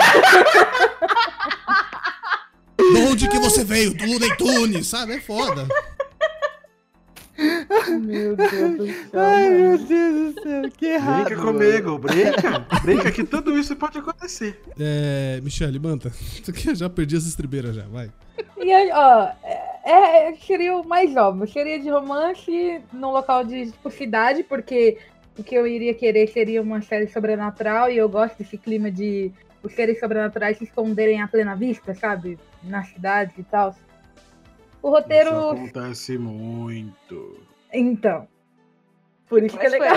De onde que você veio? Do Looney Tunes, sabe? É foda. Meu Deus do céu. Ai, meu Deus do céu, que errado. Brinca comigo, brinca que tudo isso pode acontecer. Michele, manta. Já perdi as estribeiras já, vai. E aí, ó, seria o mais óbvio. Seria de romance no local de cidade, porque o que eu iria querer seria uma série sobrenatural e eu gosto desse clima de os seres sobrenaturais se esconderem à plena vista, sabe? Na cidade e tal. O roteiro... Isso acontece muito. Então. Por isso que é legal.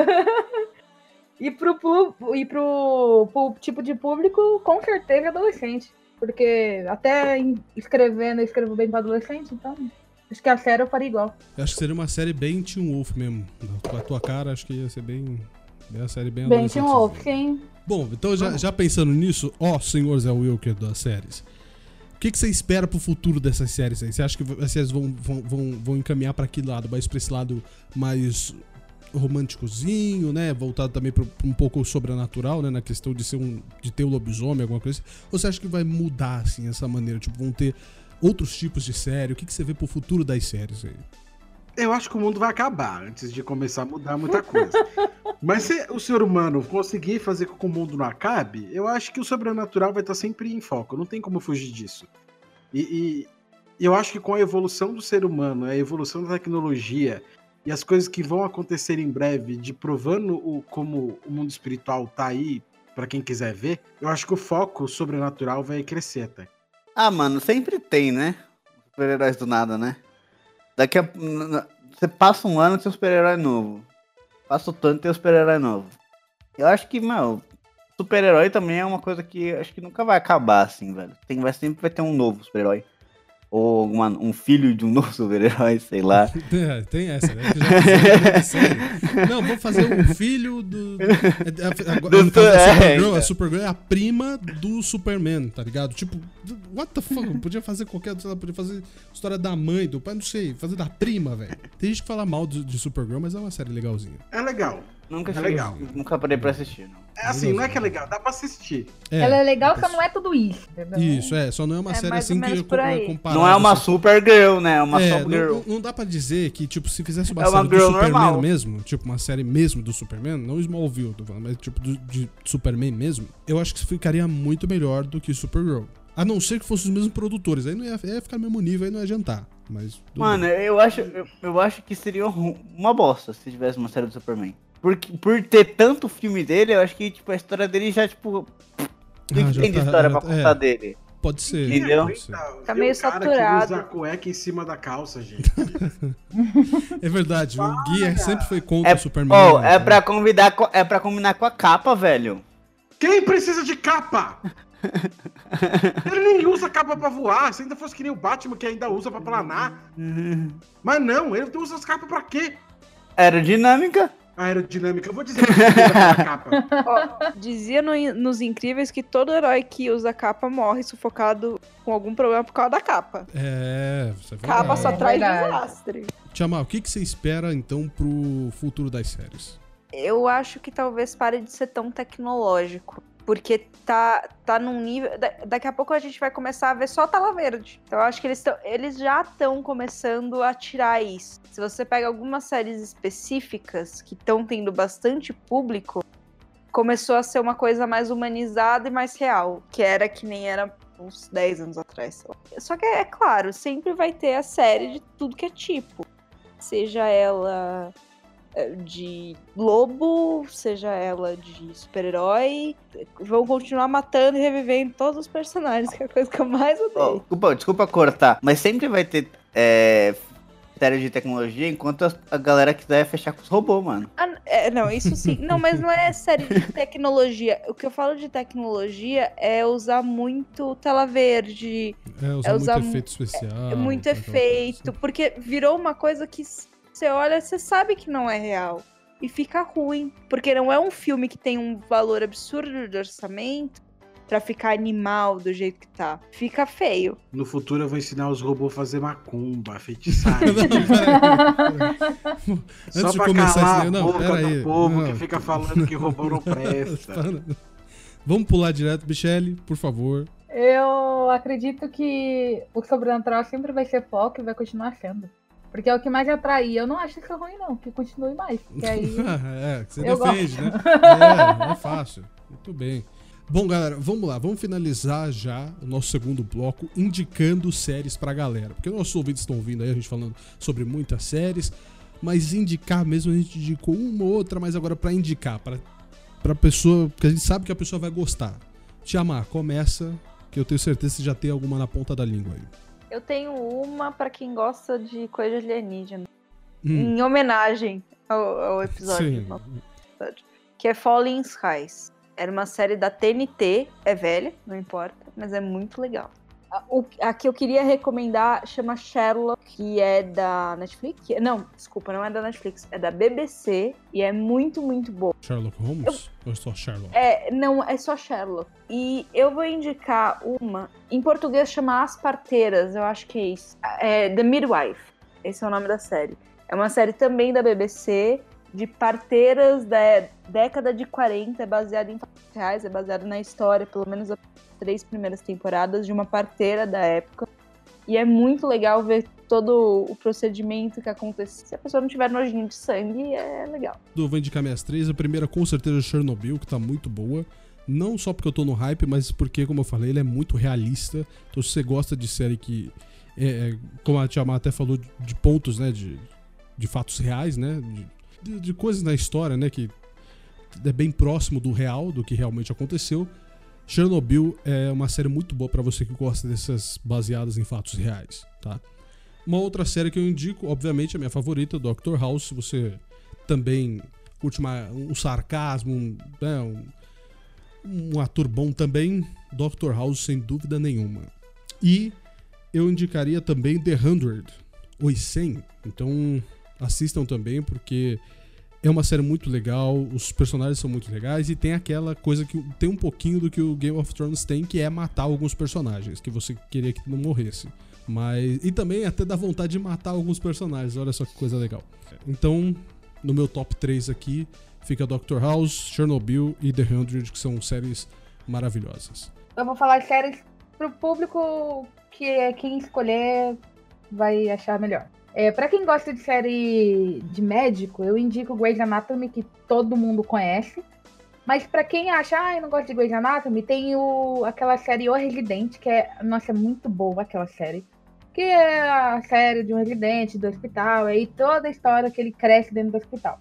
E pro tipo de público, com certeza adolescente. Porque até escrevendo, eu escrevo bem pra adolescente, então... Acho que a série eu faria igual. Eu acho que seria uma série bem Teen Wolf mesmo. Com a tua cara, acho que ia ser bem a série bem adolescente. Bem Teen Wolf, sim. Bom, então já pensando nisso, senhor Zé Wilker das séries, o que você espera pro futuro dessas séries aí? Você acha que as séries vão encaminhar pra que lado? Mais pra esse lado mais românticozinho, né? Voltado também pra um pouco sobrenatural, né? Na questão de ter um lobisomem, alguma coisa. Ou você acha que vai mudar, assim, essa maneira? Tipo, vão ter outros tipos de série? O que você vê pro futuro das séries aí? Eu acho que o mundo vai acabar antes de começar a mudar muita coisa. Mas se o ser humano conseguir fazer com que o mundo não acabe, eu acho que o sobrenatural vai estar sempre em foco. Não tem como fugir disso. E eu acho que com a evolução do ser humano, a evolução da tecnologia e as coisas que vão acontecer em breve, de provando como o mundo espiritual tá aí, pra quem quiser ver, eu acho que o foco sobrenatural vai crescer até. Ah, mano, sempre tem, né? Super-heróis do nada, né? Você passa um ano e tem um super-herói novo. Passa o tanto e tem um super-herói novo. Eu acho que, mano, super-herói também é uma coisa que acho que nunca vai acabar, assim, velho. Sempre vai ter um novo super-herói. Ou um filho de um novo super-herói, sei lá. Tem essa, né? Já série. Não, vou fazer um filho do... Agora, no caso da Supergirl, a Supergirl é a prima do Superman, tá ligado? Tipo, what the fuck? Podia fazer podia fazer história da mãe, do pai, não sei, fazer da prima, velho. Tem gente que fala mal de Supergirl, mas é uma série legalzinha. É legal. Nunca parei pra assistir, não. É assim, não é que é legal, dá pra assistir. Ela é legal, só não é tudo isso. Entendeu? Isso, só não é uma série mais assim ou que menos por aí. comparada. Não é uma assim. Supergirl, né? É uma Supergirl. Não dá pra dizer que, tipo, se fizesse uma É uma série do girl Superman normal. mesmo, tipo, uma série mesmo do Superman, não Smallville, tô falando, mas tipo de Superman mesmo, eu acho que ficaria muito melhor do que Supergirl. A não ser que fossem os mesmos produtores, aí não ia ficar no mesmo nível, aí não ia adiantar. Mas, Mano, eu acho que seria uma bosta se tivesse uma série do Superman. Por ter tanto filme dele, eu acho que tipo, a história dele já, tipo. O que já tem de tá- história pra contar dele? Pode ser. Entendeu? Pode ser. Tá meio o cara saturado. que usa a cueca em cima da calça, gente. É verdade, o Gui sempre foi contra o Superman. É pra combinar com a capa, velho. Quem precisa de capa? Ele nem usa capa pra voar. Se ainda fosse que nem o Batman, que ainda usa pra planar. Mas não, ele usa as capas pra quê? Aerodinâmica. Aerodinâmica. Eu vou dizer pra você que usa aquela capa. Ó, dizia nos Incríveis que todo herói que usa capa morre sufocado com algum problema por causa da capa. Isso é verdade. Capa só traz verdade. desastre. Tiamat, o que você espera, então, pro futuro das séries? Eu acho que talvez pare de ser tão tecnológico. Porque tá num nível... Daqui a pouco a gente vai começar a ver só tela verde. Então eu acho que eles já estão começando a tirar isso. Se você pega algumas séries específicas que estão tendo bastante público, começou a ser uma coisa mais humanizada e mais real. Que nem era uns 10 anos atrás. Sei lá. Só que, é claro, sempre vai ter a série de tudo que é tipo. Seja ela de lobo, seja ela de super-herói, vão continuar matando e revivendo todos os personagens, que é a coisa que eu mais odeio. Desculpa cortar, mas sempre vai ter série de tecnologia enquanto a galera quiser fechar com os robôs, mano. Não, isso sim. Não, mas não é série de tecnologia. O que eu falo de tecnologia é usar muito tela verde, Usar muito efeito especial. muito aquela efeito, coisa. porque virou uma coisa que você olha, você sabe que não é real. E fica ruim, porque não é um filme que tem um valor absurdo de orçamento pra ficar animal do jeito que tá. Fica feio. No futuro eu vou ensinar os robôs a fazer macumba, feitiçaria. Só Antes de pra começar calar esse... a Não, boca peraí. do povo Não. que fica falando que robô não presta. Vamos pular direto, Michele, por favor. Eu acredito que o sobrenatural sempre vai ser foco e vai continuar sendo. Porque é o que mais atrai. Eu não acho isso ruim, não. Que continue mais. Porque aí... Que você Eu defende, né? É fácil. Muito bem. Bom, galera, vamos lá. Vamos finalizar já o nosso segundo bloco indicando séries pra galera. Porque nossos ouvintes estão ouvindo aí a gente falando sobre muitas séries, mas indicar mesmo, a gente indicou uma ou outra, mas agora pra indicar, pra pessoa, porque a gente sabe que a pessoa vai gostar. Tiamat, começa, que eu tenho certeza que você já tem alguma na ponta da língua aí. Eu tenho uma pra quem gosta de coisa alienígena. Em homenagem ao episódio. Sim. do nosso episódio, que é Falling Skies. Era uma série da TNT. É velha, não importa, mas é muito legal. A que eu queria recomendar chama Sherlock, que é da Netflix. Não, desculpa, não é da Netflix. É da BBC e é muito, muito boa. Sherlock Holmes? Ou é só Sherlock? Não, é só Sherlock. E eu vou indicar uma. Em português chama As Parteiras, eu acho que é isso. É The Midwife. Esse é o nome da série. É uma série também da BBC de parteiras da década de 40, é baseado em fatos reais, é baseado na história, pelo menos as 3 primeiras temporadas, de uma parteira da época. E é muito legal ver todo o procedimento que acontece. Se a pessoa não tiver nojinho de sangue, é legal. Eu vou indicar minhas 3. A primeira, com certeza, é Chernobyl, que tá muito boa. Não só porque eu tô no hype, mas porque, como eu falei, ele é muito realista. Então, se você gosta de série que, como a Tia Má até falou, de pontos, né, de fatos reais, né, de coisas na história, né, que é bem próximo do real, do que realmente aconteceu. Chernobyl é uma série muito boa pra você que gosta dessas baseadas em fatos reais, tá? Uma outra série que eu indico, obviamente, a minha favorita, Dr. House. Se você também curte um sarcasmo, um ator bom também, Dr. House, sem dúvida nenhuma. E eu indicaria também The 100, Os 100. Então assistam também, porque é uma série muito legal, os personagens são muito legais e tem aquela coisa que tem um pouquinho do que o Game of Thrones tem, que é matar alguns personagens, que você queria que não morresse. E também até dá vontade de matar alguns personagens, olha só que coisa legal. Então, no meu top 3 aqui, fica Dr. House, Chernobyl e The 100, que são séries maravilhosas. Eu vou falar séries pro público que quem escolher vai achar melhor. Pra quem gosta de série de médico, eu indico Grey's Anatomy, que todo mundo conhece. Mas pra quem acha, eu não gosto de Grey's Anatomy, tem aquela série O Residente, que é muito boa aquela série. Que é a série de um residente do hospital, e toda a história que ele cresce dentro do hospital.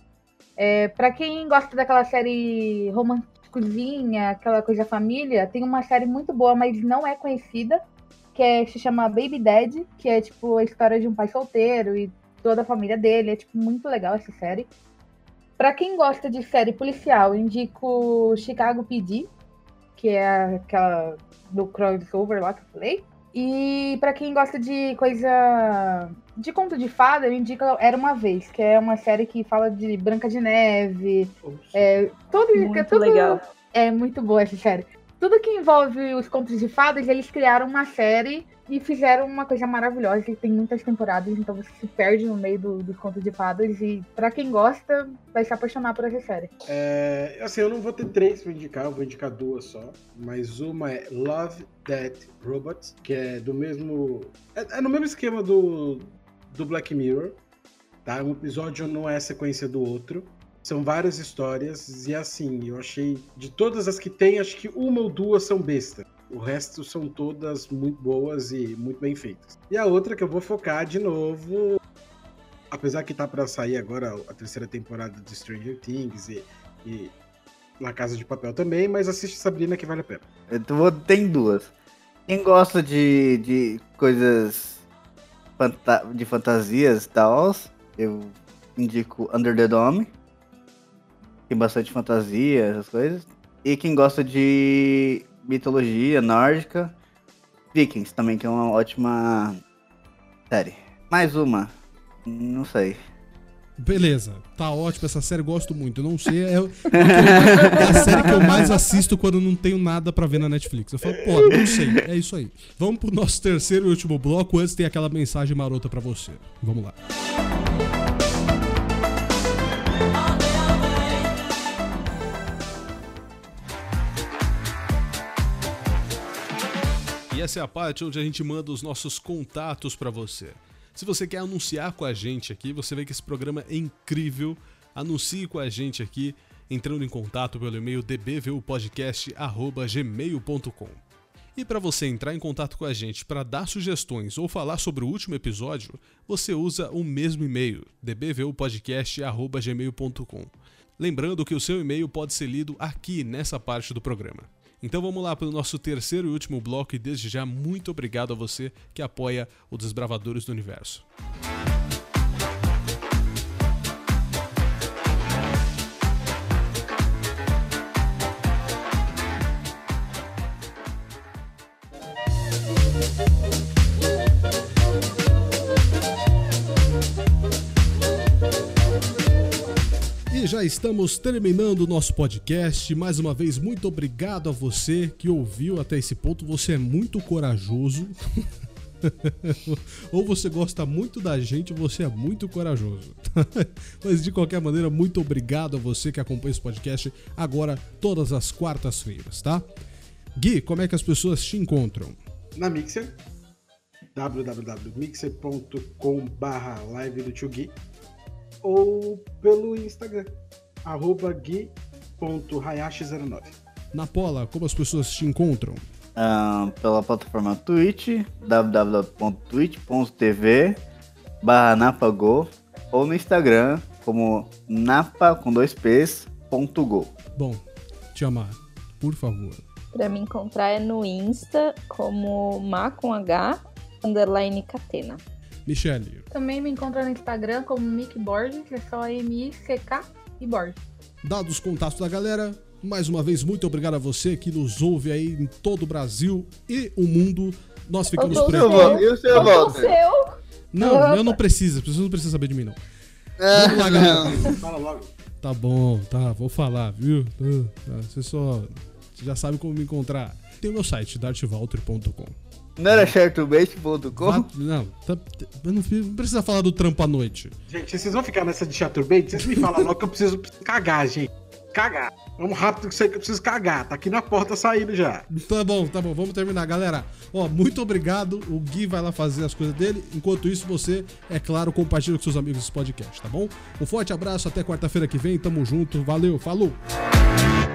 Pra quem gosta daquela série românticozinha, aquela coisa família, tem uma série muito boa, mas não é conhecida, que se chama Baby Dad, que é tipo a história de um pai solteiro e toda a família dele. É tipo muito legal essa série. Pra quem gosta de série policial, eu indico Chicago PD, que é aquela do crossover lá que eu falei. E pra quem gosta de coisa de conto de fada, eu indico Era Uma Vez, que é uma série que fala de Branca de Neve. Muito legal. É muito boa essa série. Tudo que envolve os contos de fadas, eles criaram uma série e fizeram uma coisa maravilhosa, que tem muitas temporadas, então você se perde no meio dos contos de fadas, e pra quem gosta, vai se apaixonar por essa série. Assim, eu não vou ter 3 pra indicar, eu vou indicar 2 só, mas uma é Love, Death, Robots, que é do mesmo... É no mesmo esquema do Black Mirror, tá? Um episódio não é sequência do outro. São várias histórias e assim, eu achei, de todas as que tem, acho que 1 ou 2 são besta. O resto são todas muito boas e muito bem feitas. E a outra que eu vou focar de novo, apesar que tá pra sair agora a 3ª temporada de Stranger Things e La Casa de Papel também, mas assiste Sabrina que vale a pena. Tem 2. Quem gosta de coisas de fantasias e tal, eu indico Under the Dome. Tem bastante fantasia, essas coisas. E quem gosta de mitologia nórdica, Vikings também, que é uma ótima série. Mais uma, não sei. Beleza, tá ótimo essa série, gosto muito. Eu não sei, é a série que eu mais assisto quando não tenho nada pra ver na Netflix. Eu falo, não sei, é isso aí. Vamos pro nosso terceiro e último bloco, antes tem aquela mensagem marota pra você. Vamos lá. E essa é a parte onde a gente manda os nossos contatos pra você. Se você quer anunciar com a gente aqui, você vê que esse programa é incrível. Anuncie com a gente aqui, entrando em contato pelo e-mail dbvupodcast@gmail.com. E para você entrar em contato com a gente para dar sugestões ou falar sobre o último episódio, você usa o mesmo e-mail, dbvupodcast@gmail.com. Lembrando que o seu e-mail pode ser lido aqui nessa parte do programa. Então vamos lá para o nosso terceiro e último bloco e desde já muito obrigado a você que apoia o Desbravadores do Universo. E já estamos terminando o nosso podcast. Mais uma vez, muito obrigado a você que ouviu até esse ponto. Você é muito corajoso. Ou você gosta muito da gente ou você é muito corajoso. Mas de qualquer maneira, muito obrigado a você que acompanha esse podcast agora todas as quartas-feiras, tá? Gui, como é que as pessoas te encontram? Na Mixer, www.mixer.com/live do Tio Gui, ou pelo Instagram, @gui.hayashi09. Na Pola, como as pessoas te encontram? Pela plataforma Twitch, www.twitch.tv/napago, ou no Instagram como napa.go. Bom, Tiamat, por favor. Pra me encontrar é no Insta como ma_catena. Michele. Também me encontra no Instagram como Mick Borges, que é só M-I-C-K e Borges. Dados os contatos da galera, mais uma vez, muito obrigado a você que nos ouve aí em todo o Brasil e o mundo. Nós ficamos por aqui. E o seu, Walter? Não, eu não preciso. Você não precisa saber de mim, não. Vamos lá, galera. Fala logo. Tá bom, tá, vou falar, viu? Você já sabe como me encontrar. Tem o meu site, dartvalter.com. Não era chartubate.com? Não precisa falar do trampo à noite. Gente, vocês vão ficar nessa de chaturbate? Vocês me falam logo que eu preciso cagar, gente. Cagar. Vamos rápido que eu sei que eu preciso cagar. Tá aqui na porta saindo já. Tá bom. Vamos terminar, galera. Ó, muito obrigado. O Gui vai lá fazer as coisas dele. Enquanto isso, você, é claro, compartilha com seus amigos esse podcast, tá bom? Um forte abraço. Até quarta-feira que vem. Tamo junto. Valeu. Falou.